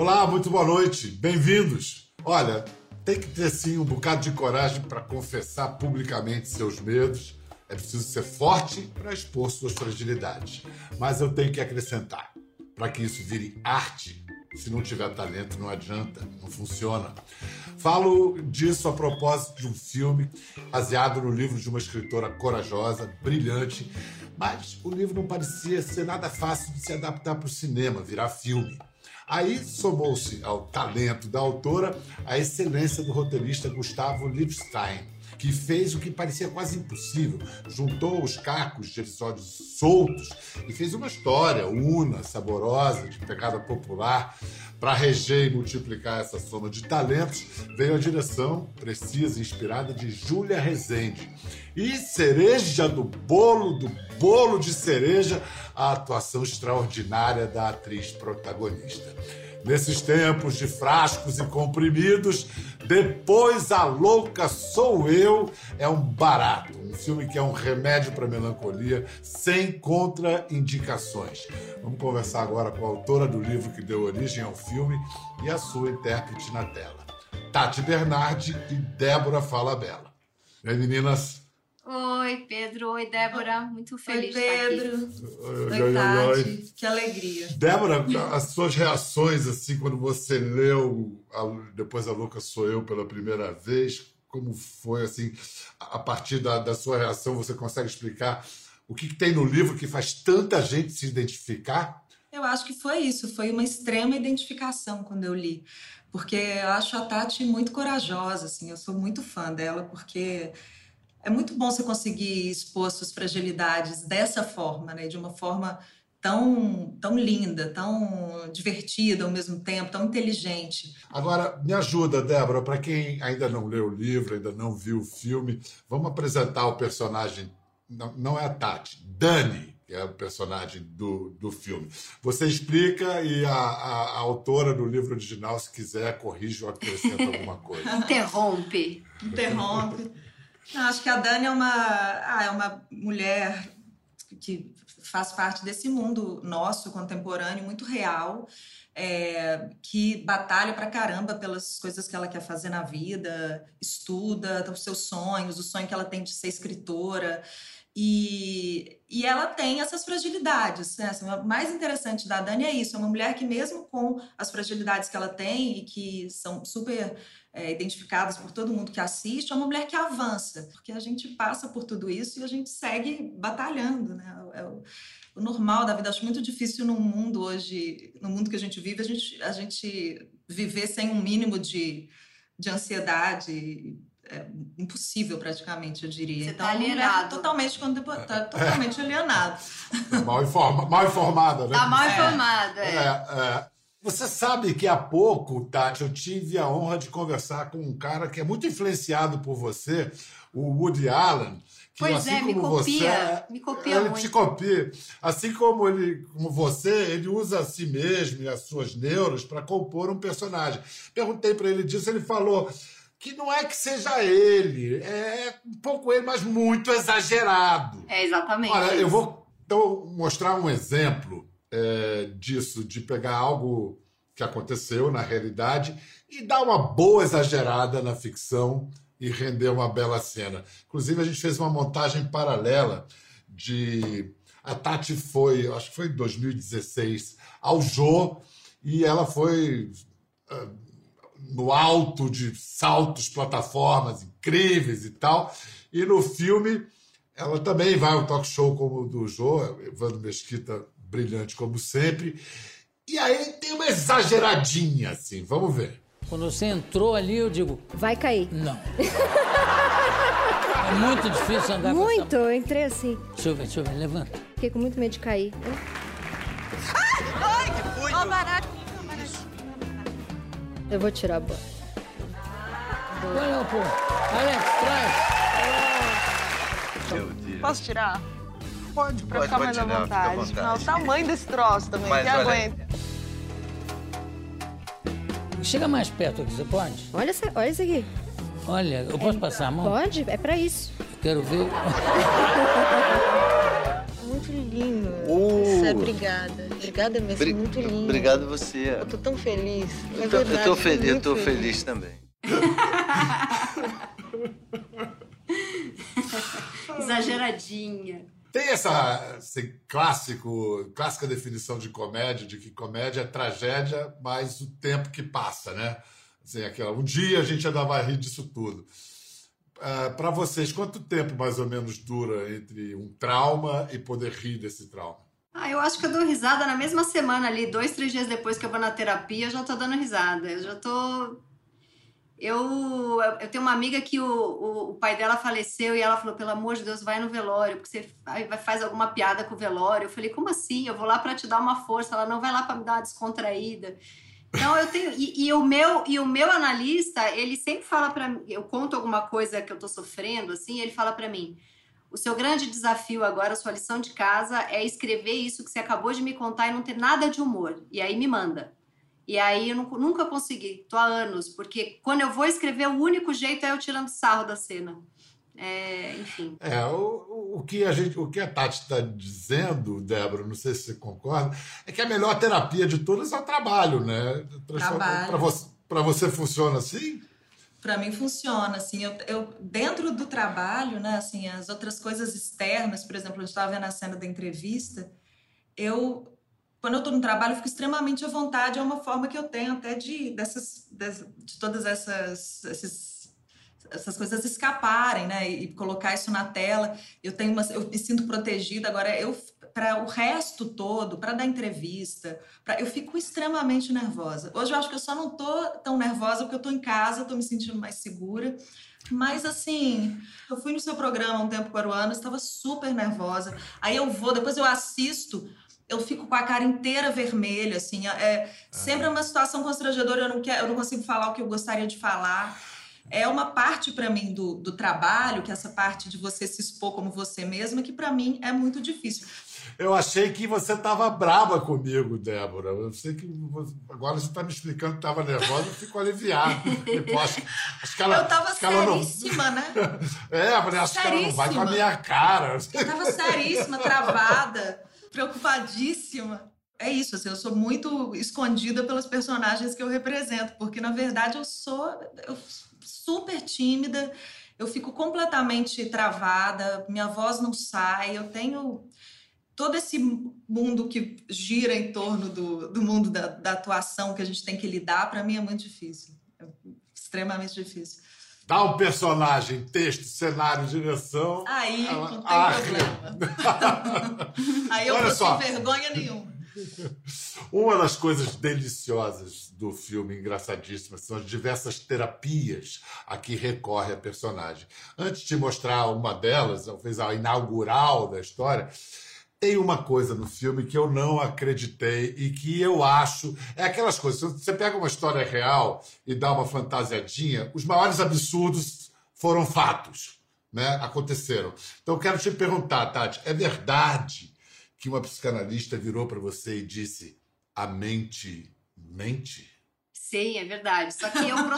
Olá, muito boa noite. Bem-vindos. Olha, tem que ter sim um bocado de coragem para confessar publicamente seus medos. É preciso ser forte para expor suas fragilidades. Mas eu tenho que acrescentar, para que isso vire arte, se não tiver talento não adianta, não funciona. Falo disso a propósito de um filme baseado no livro de uma escritora corajosa, brilhante, mas o livro não parecia ser nada fácil de se adaptar para o cinema, virar filme. Aí somou-se ao talento da autora a excelência do roteirista Gustavo Lipstein, que fez o que parecia quase impossível, juntou os cacos de episódios soltos e fez uma história una, saborosa, de pegada popular. Para reger e multiplicar essa soma de talentos, veio a direção precisa e inspirada de Júlia Rezende. E cereja do bolo de cereja, a atuação extraordinária da atriz protagonista. Nesses tempos de frascos e comprimidos, Depois a Louca Sou Eu é um barato, um filme que é um remédio para a melancolia, sem contraindicações. Vamos conversar agora com a autora do livro que deu origem ao filme e a sua intérprete na tela, Tati Bernardi e Débora Falabella. E aí, meninas? Oi, Pedro. Oi, Débora. Muito feliz de estar aqui. Oi, Tati. Que alegria. Débora, as suas reações, assim, quando você leu Depois a Louca Sou Eu pela primeira vez, como foi, assim, a partir da sua reação, você consegue explicar o que tem no livro que faz tanta gente se identificar? Eu acho que foi isso, foi uma extrema identificação quando eu li, porque eu acho a Tati muito corajosa, assim, eu sou muito fã dela, porque é muito bom você conseguir expor suas fragilidades dessa forma, né? De uma forma tão linda, tão divertida ao mesmo tempo, tão inteligente. Agora, me ajuda, Débora, para quem ainda não leu o livro, ainda não viu o filme, vamos apresentar o personagem, não é a Tati, Dani, que é o personagem do filme. Você explica e a autora do livro original, se quiser, corrige ou acrescenta alguma coisa. Interrompe. Não, acho que a Dani é uma mulher que faz parte desse mundo nosso, contemporâneo, muito real, que batalha pra caramba pelas coisas que ela quer fazer na vida, estuda os seus sonhos, o sonho que ela tem de ser escritora. E ela tem essas fragilidades, né? O mais interessante da Dani é isso, é uma mulher que mesmo com as fragilidades que ela tem e que são super identificadas por todo mundo que assiste, é uma mulher que avança, porque a gente passa por tudo isso e a gente segue batalhando, né? É o normal da vida. Acho muito difícil no mundo hoje, no mundo que a gente vive, a gente viver sem um mínimo de ansiedade. É impossível praticamente, eu diria. Você então, tá alienado. Totalmente alienado. Mal informada, né? Tá mal informada, Você sabe que há pouco, Tati, eu tive a honra de conversar com um cara que é muito influenciado por você, o Woody Allen. Que, pois assim me como copia. Me copia ele muito. Te copia. Assim como você, ele usa a si mesmo e as suas neuras para compor um personagem. Perguntei para ele disso, ele falou que não é que seja ele, é um pouco ele, mas muito exagerado. É exatamente. Olha, isso. eu vou então mostrar um exemplo disso, de pegar algo que aconteceu na realidade e dar uma boa exagerada na ficção e render uma bela cena. Inclusive, a gente fez uma montagem paralela a Tati foi, acho que foi em 2016, ao Jô, e ela foi no alto de saltos, plataformas incríveis e tal. E no filme, ela também vai ao talk show como o do Jô, Evandro Mesquita, brilhante como sempre. E aí tem uma exageradinha, assim, vamos ver. Quando você entrou ali, eu digo... Vai cair. Não. É muito difícil andar muito, com essa... eu entrei assim. Deixa eu ver, levanta. Fiquei com muito medo de cair. Ai, que foi? Ó, barato. Eu vou tirar a bola. Olha, pô. Alex, traz. Meu Deus. Posso tirar? Pode ficar mais tirar, à vontade. fica à Não, o tamanho desse troço também, Mas que olha... aguenta. Chega mais perto aqui, você pode? Olha isso aqui. Olha, eu posso passar a mão? Pode, é pra isso. Eu quero ver... Muito lindo. Isso é obrigada. Obrigada mesmo, muito lindo. Obrigado você. Eu tô tão feliz. É Eu verdade, tô feliz também. Exageradinha. Tem essa clássica definição de comédia, de que comédia é tragédia, mais o tempo que passa, né? Assim, um dia a gente ainda vai rir disso tudo. Para vocês, quanto tempo mais ou menos dura entre um trauma e poder rir desse trauma? Eu acho que eu dou risada na mesma semana ali, 2, 3 dias depois que eu vou na terapia, eu já tô dando risada. Eu tenho uma amiga que o pai dela faleceu e ela falou, pelo amor de Deus, vai no velório, porque você faz alguma piada com o velório. Eu falei, como assim? Eu vou lá para te dar uma força. Ela não vai lá para me dar uma descontraída. Então eu tenho... E o meu analista, ele sempre fala para mim, eu conto alguma coisa que eu tô sofrendo, assim, ele fala para mim, o seu grande desafio agora, a sua lição de casa é escrever isso que você acabou de me contar e não ter nada de humor. E aí me manda. E aí eu nunca consegui, tô há anos, porque quando eu vou escrever, o único jeito é eu tirando sarro da cena. Enfim. O que a Tati está dizendo, Débora, não sei se você concorda, é que a melhor terapia de todas é o trabalho, né? Trabalho. Para você funciona assim? Para mim funciona, assim, eu dentro do trabalho, né, assim, as outras coisas externas, por exemplo, a gente estava vendo a cena da entrevista, quando eu estou no trabalho, eu fico extremamente à vontade, é uma forma que eu tenho até de todas essas coisas escaparem, né, e colocar isso na tela, eu me sinto protegida, agora para o resto todo, para dar entrevista, eu fico extremamente nervosa. Hoje eu acho que eu só não tô tão nervosa porque eu tô em casa, tô me sentindo mais segura. Mas, assim, eu fui no seu programa um tempo peruano, estava super nervosa. Aí depois eu assisto, eu fico com a cara inteira vermelha, assim. Sempre é uma situação constrangedora, eu não consigo falar o que eu gostaria de falar. É uma parte, para mim, do trabalho, que é essa parte de você se expor como você mesma, que, para mim, é muito difícil. Eu achei que você estava brava comigo, Débora. Eu sei que agora você está me explicando que estava nervosa, eu fico aliviado. Acho que ela, eu estava seríssima, né? Eu falei, acho que ela não vai com a minha cara. Eu estava seríssima, travada, preocupadíssima. É isso, assim, eu sou muito escondida pelos personagens que eu represento, porque, na verdade, eu sou super tímida, eu fico completamente travada, minha voz não sai, eu tenho... Todo esse mundo que gira em torno do mundo da atuação que a gente tem que lidar, para mim é muito difícil. É extremamente difícil. Dá um personagem, texto, cenário, direção... Aí não tem problema. Aí eu vou sem vergonha nenhuma. Uma das coisas deliciosas do filme, engraçadíssimas, são as diversas terapias a que recorre a personagem. Antes de mostrar uma delas, talvez a inaugural da história... Tem uma coisa no filme que eu não acreditei e que eu acho... É aquelas coisas, se você pega uma história real e dá uma fantasiadinha, os maiores absurdos foram fatos, né? Aconteceram. Então eu quero te perguntar, Tati, é verdade que uma psicanalista virou para você e disse a mente mente? Sim, é verdade. Só que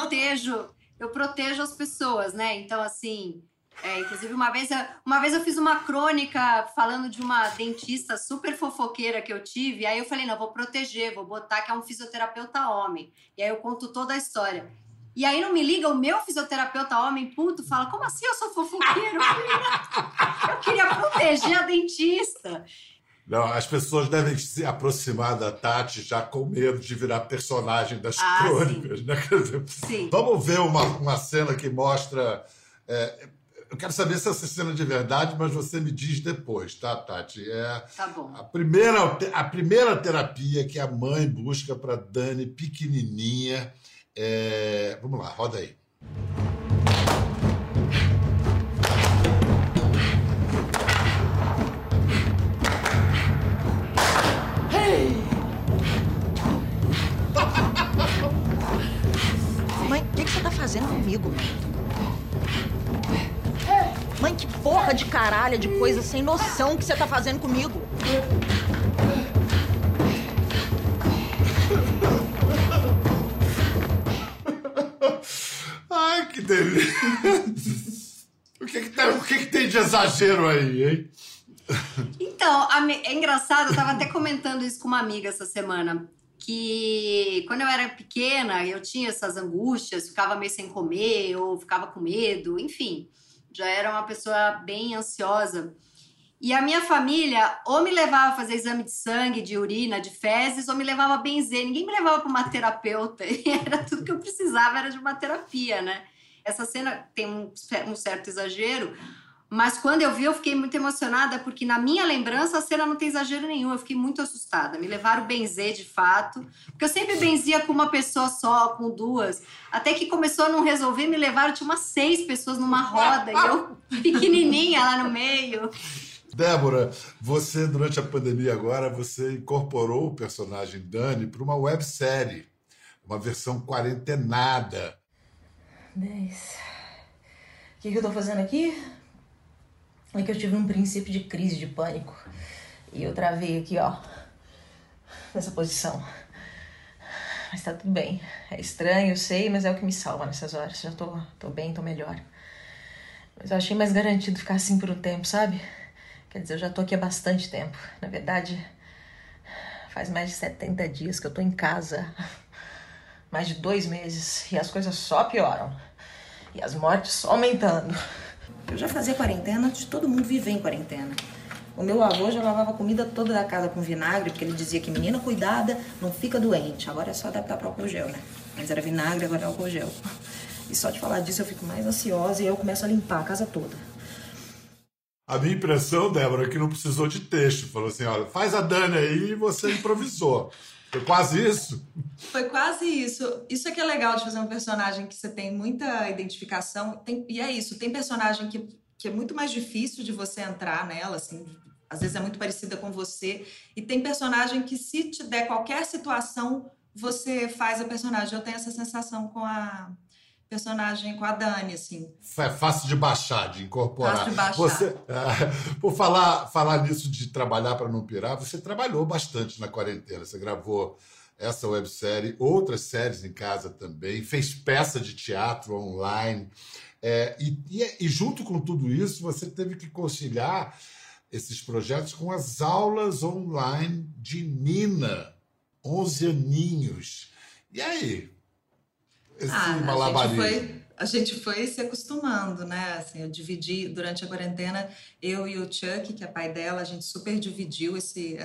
eu protejo as pessoas, né? Então, assim... inclusive, uma vez eu fiz uma crônica falando de uma dentista super fofoqueira que eu tive, aí eu falei, não, vou proteger, vou botar que é um fisioterapeuta homem. E aí eu conto toda a história. E aí não me liga, o meu fisioterapeuta homem, puto, fala, como assim eu sou fofoqueiro? Eu queria proteger a dentista. Não, as pessoas devem se aproximar da Tati já com medo de virar personagem das crônicas, sim. Né? Sim. Vamos ver uma cena que mostra... Eu quero saber se essa cena é de verdade, mas você me diz depois, tá, Tati? Tá bom. A primeira terapia que a mãe busca para Dani pequenininha. Vamos lá, roda aí. Mãe, o que você tá fazendo comigo? Mãe, que porra de caralho de coisa sem noção que você tá fazendo comigo. Ai, que delícia. O que tem de exagero aí, hein? Então, Então, é engraçado, eu estava até comentando isso com uma amiga essa semana, que quando eu era pequena, eu tinha essas angústias, ficava meio sem comer, ou ficava com medo, enfim, já era uma pessoa bem ansiosa. E a minha família ou me levava a fazer exame de sangue, de urina, de fezes, ou me levava a benzer. Ninguém me levava para uma terapeuta. E era tudo que eu precisava, era de uma terapia, né? Essa cena tem um certo exagero, mas quando eu vi, eu fiquei muito emocionada, porque na minha lembrança a cena não tem exagero nenhum. Eu fiquei muito assustada. Me levaram benzer, de fato, porque eu sempre benzia com uma pessoa só, com duas. Até que começou a não resolver, me levaram, tinha umas 6 pessoas numa roda, e eu pequenininha lá no meio. Débora, você, durante a pandemia agora, você incorporou o personagem Dani para uma websérie, uma versão quarentenada. 10. O que eu tô fazendo aqui? É que eu tive um princípio de crise de pânico. E eu travei aqui, ó, nessa posição. Mas tá tudo bem. É estranho, eu sei, mas é o que me salva nessas horas. Já tô bem, tô melhor. Mas eu achei mais garantido ficar assim por um tempo, sabe? Quer dizer, eu já tô aqui há bastante tempo. Na verdade, faz mais de 70 dias que eu tô em casa. Mais de 2 meses. E as coisas só pioram. E as mortes só aumentando. Eu já fazia quarentena antes de todo mundo viver em quarentena. O meu avô já lavava a comida toda da casa com vinagre, porque ele dizia que menina cuidada não fica doente. Agora é só adaptar para álcool gel, né? Mas era vinagre, agora é álcool gel. E só de falar disso eu fico mais ansiosa e eu começo a limpar a casa toda. A minha impressão, Débora, é que não precisou de texto. Falou assim, olha, faz a Dani aí e você improvisou. Foi quase isso? Foi quase isso. Isso é que é legal de fazer um personagem que você tem muita identificação. E é isso, tem personagem que é muito mais difícil de você entrar nela, assim, às vezes é muito parecida com você. E tem personagem que, se te der qualquer situação, você faz a personagem. Eu tenho essa sensação com a personagem, com a Dani, assim. É fácil de baixar, de incorporar. Fácil de baixar. Você, por falar nisso de trabalhar para não pirar, você trabalhou bastante na quarentena. Você gravou essa websérie, outras séries em casa também, fez peça de teatro online. E junto com tudo isso, você teve que conciliar esses projetos com as aulas online de Nina, 11 aninhos. E aí? Esse malabarismo. A gente foi se acostumando, né? Assim, eu dividi, durante a quarentena, eu e o Chuck, que é pai dela, a gente super dividiu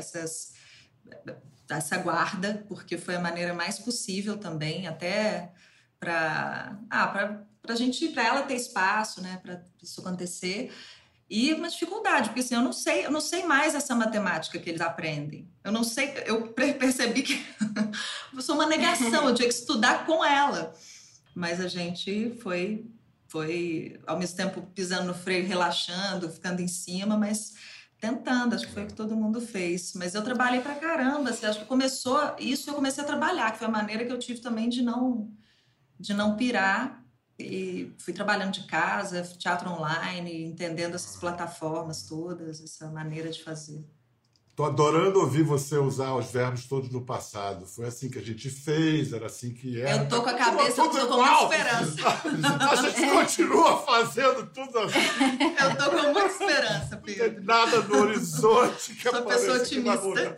essa guarda, porque foi a maneira mais possível também, até para ela ter espaço, né? Para isso acontecer. E uma dificuldade, porque assim, eu não sei mais essa matemática que eles aprendem. Eu não sei, eu percebi que eu sou uma negação, eu tinha que estudar com ela. Mas a gente foi ao mesmo tempo pisando no freio, relaxando, ficando em cima, mas tentando, acho que foi o que todo mundo fez. Mas eu trabalhei pra caramba, assim, acho que começou isso, eu comecei a trabalhar, que foi a maneira que eu tive também de não pirar. E fui trabalhando de casa, teatro online, entendendo essas plataformas todas, essa maneira de fazer. Tô adorando ouvir você usar os verbos todos no passado. Foi assim que a gente fez, era assim que era. Eu tô com a cabeça, eu tô com muita esperança. A gente continua fazendo tudo assim. Eu tô com muita esperança, Pedro. Não tem nada no horizonte que sou pessoa otimista.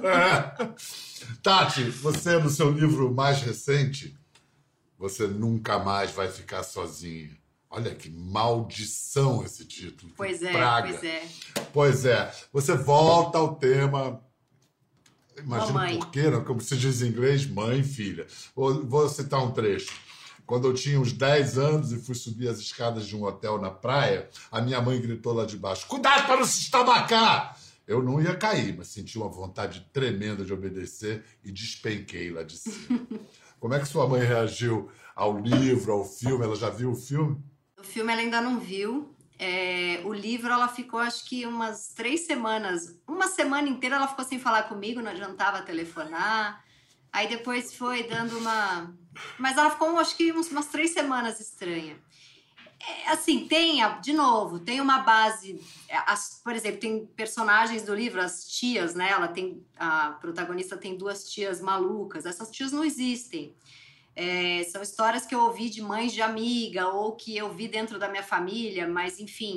Tati, você no seu livro mais recente, Você Nunca Mais Vai Ficar Sozinha. Olha que maldição esse título. Pois é, praga. pois é. Pois é. Você volta ao tema... Imagina por quê, não? Como se diz em inglês, mãe e filha. Vou citar um trecho. Quando eu tinha uns 10 anos e fui subir as escadas de um hotel na praia, a minha mãe gritou lá de baixo, cuidado para não se estabacar! Eu não ia cair, mas senti uma vontade tremenda de obedecer e despenquei lá de cima. Como é que sua mãe reagiu ao livro, ao filme? Ela já viu o filme? O filme ela ainda não viu. O livro ela ficou acho que umas 3 semanas. Uma semana inteira ela ficou sem falar comigo, não adiantava telefonar. Aí depois foi dando uma... Mas ela ficou acho que umas 3 semanas estranha. Assim, de novo, tem uma base... por exemplo, tem personagens do livro, as tias, né? A protagonista tem 2 tias malucas. Essas tias não existem. São histórias que eu ouvi de mães de amiga ou que eu vi dentro da minha família, mas, enfim,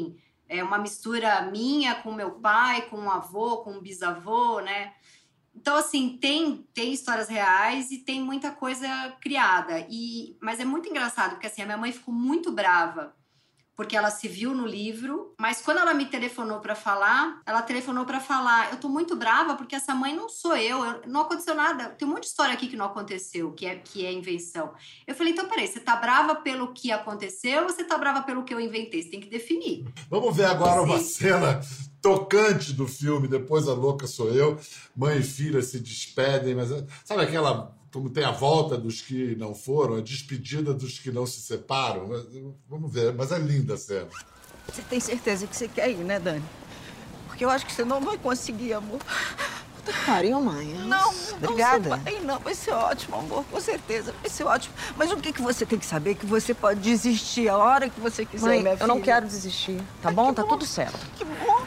É uma mistura minha com meu pai, com um avô, com um bisavô, né? Então, assim, tem histórias reais e tem muita coisa criada. Mas é muito engraçado, porque assim, a minha mãe ficou muito brava, porque ela se viu no livro, mas quando ela me telefonou para falar, eu tô muito brava porque essa mãe não sou eu, não aconteceu nada, tem um monte de história aqui que não aconteceu, que é invenção. Eu falei, então peraí, você tá brava pelo que aconteceu ou você tá brava pelo que eu inventei? Você tem que definir. Vamos ver agora uma cena tocante do filme, Depois a Louca Sou Eu. Mãe e filha se despedem, mas sabe aquela... Como tem a volta dos que não foram, a despedida dos que não se separam. Vamos ver, mas é linda a cena. Você tem certeza que você quer ir, né, Dani? Porque eu acho que você não vai conseguir, amor. Puta que pariu, mãe. Não, Obrigada. Não, vai, não, vai ser ótimo, amor, com certeza, vai ser ótimo. Mas o que você tem que saber é que você pode desistir a hora que você quiser, Mãe, minha filha. eu não quero desistir, tá bom? Tá tudo certo. Que bom.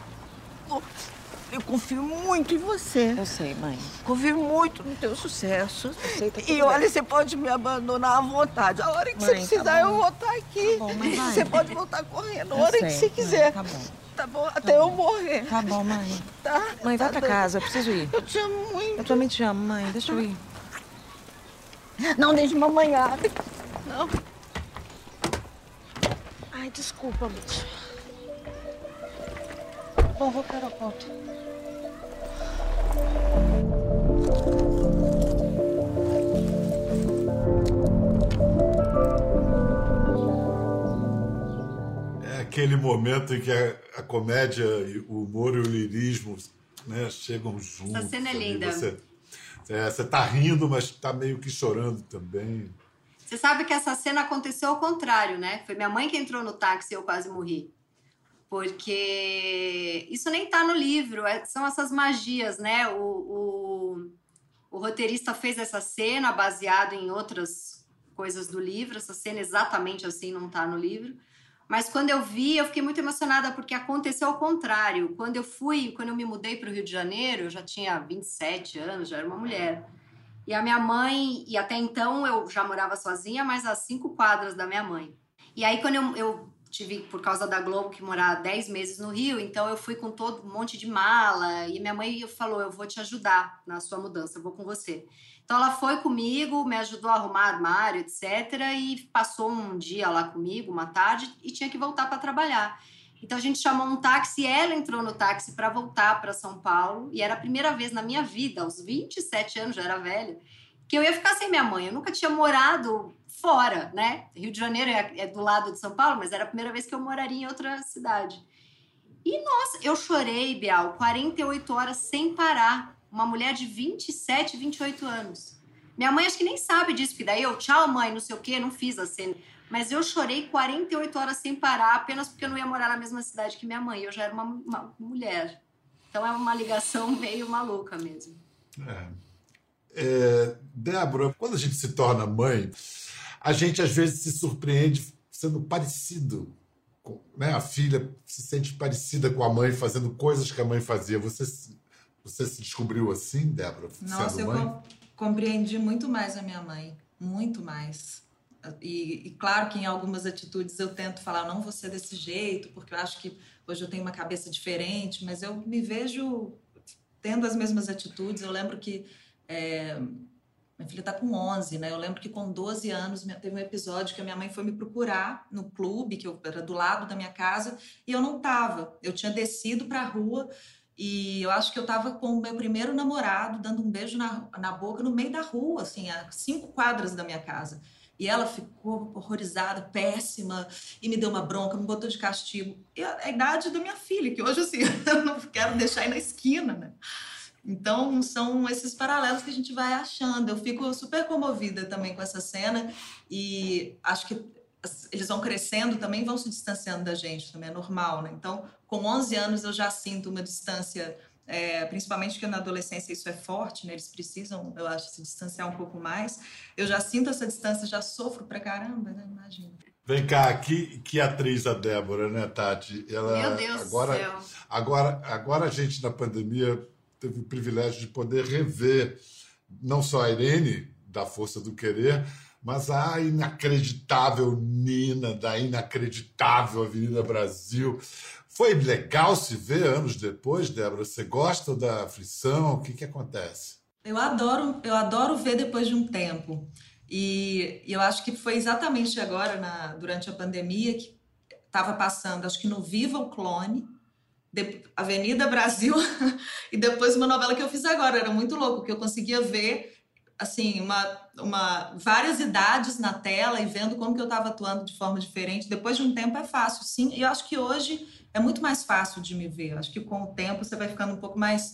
Eu confio muito em você. Eu sei, mãe. Confio muito no teu sucesso. Eu sei, tá tudo E olha, bem. você pode me abandonar à vontade. A hora que você Mãe, precisar, tá bom. eu vou estar aqui. Tá bom, mãe, vai. Você pode voltar correndo a Eu hora sei, que você mãe, quiser. tá bom. Tá bom? Até eu morrer. Tá bom, mãe. Tá? Mãe, vai Tá, pra casa, eu preciso ir. Eu te amo muito. Eu também te amo, mãe. Deixa eu ir. Não deixe mamãe abre. Não. Ai, desculpa, Lúcia. Bom, vou pro aeroporto. É aquele momento em que a comédia, o humor e o lirismo, né, chegam juntos. Essa cena é linda. Você tá rindo, mas tá meio que chorando também. Você sabe que essa cena aconteceu ao contrário, né? Foi minha mãe que entrou no táxi e eu quase morri. Porque isso nem tá no livro, são essas magias, né? O roteirista fez essa cena baseado em outras coisas do livro. Essa cena exatamente assim não tá no livro. Mas quando eu vi, eu fiquei muito emocionada porque aconteceu ao contrário. Quando eu me mudei para o Rio de Janeiro, eu já tinha 27 anos, já era uma mulher. E a minha mãe, e até então eu já morava sozinha, mas a 5 quadras da minha mãe. E aí quando eu tive, por causa da Globo, que morar 10 meses no Rio, então eu fui com todo um monte de mala, e minha mãe falou, eu vou te ajudar na sua mudança, eu vou com você. Então ela foi comigo, me ajudou a arrumar armário, etc, e passou um dia lá comigo, uma tarde, e tinha que voltar para trabalhar. Então a gente chamou um táxi, ela entrou no táxi para voltar para São Paulo, e era a primeira vez na minha vida, aos 27 anos, já era velha, que eu ia ficar sem minha mãe. Eu nunca tinha morado fora, né? Rio de Janeiro é do lado de São Paulo, mas era a primeira vez que eu moraria em outra cidade. E, nossa, eu chorei, Bial, 48 horas sem parar. Uma mulher de 27, 28 anos. Minha mãe acho que nem sabe disso, porque daí eu, tchau mãe, não sei o quê, não fiz a cena. Mas eu chorei 48 horas sem parar, apenas porque eu não ia morar na mesma cidade que minha mãe. Eu já era uma mulher. Então é uma ligação meio maluca mesmo. Débora, quando a gente se torna mãe, a gente às vezes se surpreende sendo parecido. Né? A filha se sente parecida com a mãe, fazendo coisas que a mãe fazia. Você se descobriu assim, Débora? Nossa, sendo mãe? Eu compreendi muito mais a minha mãe. Muito mais. E claro que em algumas atitudes eu tento falar, não vou ser desse jeito, porque eu acho que hoje eu tenho uma cabeça diferente, mas eu me vejo tendo as mesmas atitudes. Eu lembro que minha filha está com 11, né? Eu lembro que com 12 anos teve um episódio que a minha mãe foi me procurar no clube, que era do lado da minha casa, e eu não estava. Eu tinha descido para a rua e eu acho que eu estava com o meu primeiro namorado, dando um beijo na boca no meio da rua, assim, a 5 quadras da minha casa. E ela ficou horrorizada, péssima, e me deu uma bronca, me botou de castigo. E a idade da minha filha, que hoje, assim, eu não quero deixar ir na esquina, né? Então, são esses paralelos que a gente vai achando. Eu fico super comovida também com essa cena e acho que eles vão crescendo também, vão se distanciando da gente, também é normal, né? Então, com 11 anos eu já sinto uma distância, principalmente porque na adolescência isso é forte, né? Eles precisam, eu acho, se distanciar um pouco mais. Eu já sinto essa distância, já sofro pra caramba, né? Imagina. Vem cá, que atriz a Débora, né, Tati? Meu Deus do céu. Agora a gente, na pandemia, teve o privilégio de poder rever não só a Irene, da Força do Querer, mas a inacreditável Nina, da inacreditável Avenida Brasil. Foi legal se ver anos depois, Débora? Você gosta da aflição? O que acontece? Eu adoro ver depois de um tempo. E eu acho que foi exatamente agora, durante a pandemia, que estava passando, acho que no Viva o Clone, Avenida Brasil, e depois uma novela que eu fiz agora. Era muito louco, porque eu conseguia ver assim, várias idades na tela e vendo como que eu estava atuando de forma diferente. Depois de um tempo é fácil, sim. E eu acho que hoje é muito mais fácil de me ver. Eu acho que com o tempo você vai ficando um pouco mais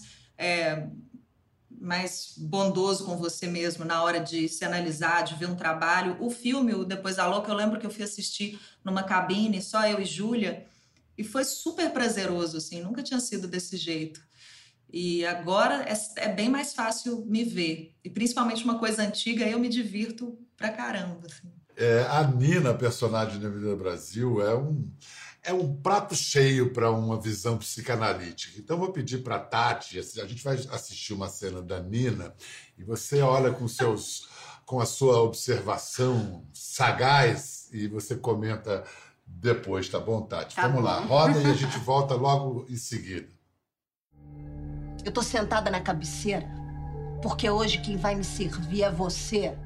bondoso com você mesmo na hora de se analisar, de ver um trabalho. O filme, o Depois da Louca, eu lembro que eu fui assistir numa cabine, só eu e Júlia, e foi super prazeroso, assim, nunca tinha sido desse jeito. E agora é bem mais fácil me ver. E principalmente uma coisa antiga, eu me divirto pra caramba. Assim. A Nina, personagem da Avenida Brasil, é um prato cheio para uma visão psicanalítica. Então, vou pedir para a Tati, a gente vai assistir uma cena da Nina, e você olha com a sua observação sagaz e você comenta depois, tá bom, Tati? Tá Vamos bom. lá, roda e a gente volta logo em seguida. Eu tô sentada na cabeceira porque hoje quem vai me servir é você.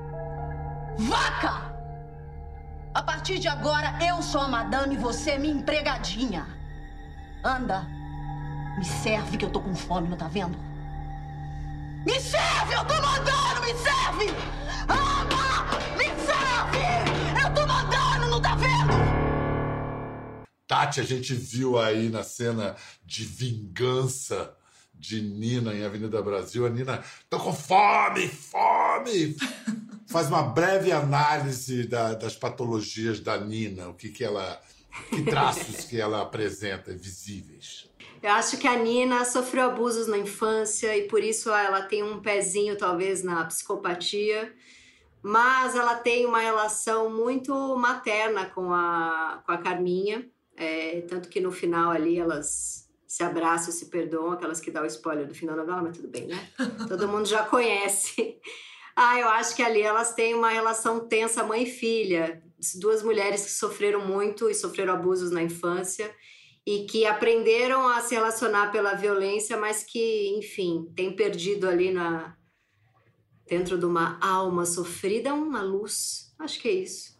Vaca! A partir de agora, eu sou a madame e você é minha empregadinha. Anda, me serve que eu tô com fome, não tá vendo? Me serve, eu tô mandando, me serve! Anda, me serve! Eu tô mandando, não tá vendo? Tati, a gente viu aí na cena de vingança de Nina em Avenida Brasil. A Nina, tô com fome, fome! Faz uma breve análise das patologias da Nina, que traços que ela apresenta visíveis. Eu acho que a Nina sofreu abusos na infância e por isso ela tem um pezinho, talvez, na psicopatia, mas ela tem uma relação muito materna com a Carminha, tanto que no final ali elas se abraçam e se perdoam, aquelas que dão o spoiler do fim da novela, mas tudo bem, né? Todo mundo já conhece. Eu acho que ali elas têm uma relação tensa mãe e filha. Duas mulheres que sofreram muito e sofreram abusos na infância e que aprenderam a se relacionar pela violência, mas que, enfim, têm perdido ali dentro de uma alma sofrida uma luz. Acho que é isso.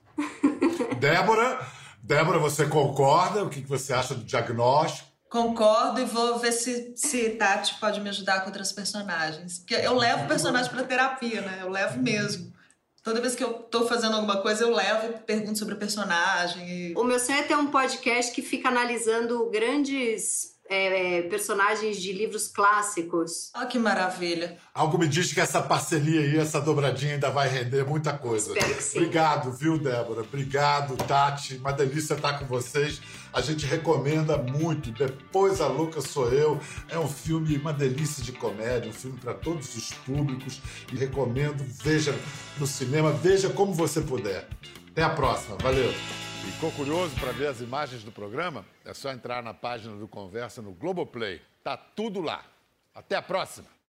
Débora, você concorda? O que você acha do diagnóstico? Concordo e vou ver se Tati pode me ajudar com outras personagens. Porque eu levo o personagem para terapia, né? Eu levo mesmo. Toda vez que eu tô fazendo alguma coisa, eu levo e pergunto sobre o personagem. O meu sonho é ter um podcast que fica analisando grandes personagens de livros clássicos. Ah, que maravilha. Algo me diz que essa parceria aí, essa dobradinha ainda vai render muita coisa. Espero que sim. Obrigado, viu, Débora? Obrigado, Tati. Uma delícia estar com vocês. A gente recomenda muito. Depois a Louca Sou Eu. É um filme, uma delícia de comédia, um filme para todos os públicos. E recomendo, veja no cinema, veja como você puder. Até a próxima. Valeu. Ficou curioso para ver as imagens do programa? É só entrar na página do Conversa no Globoplay. Tá tudo lá. Até a próxima.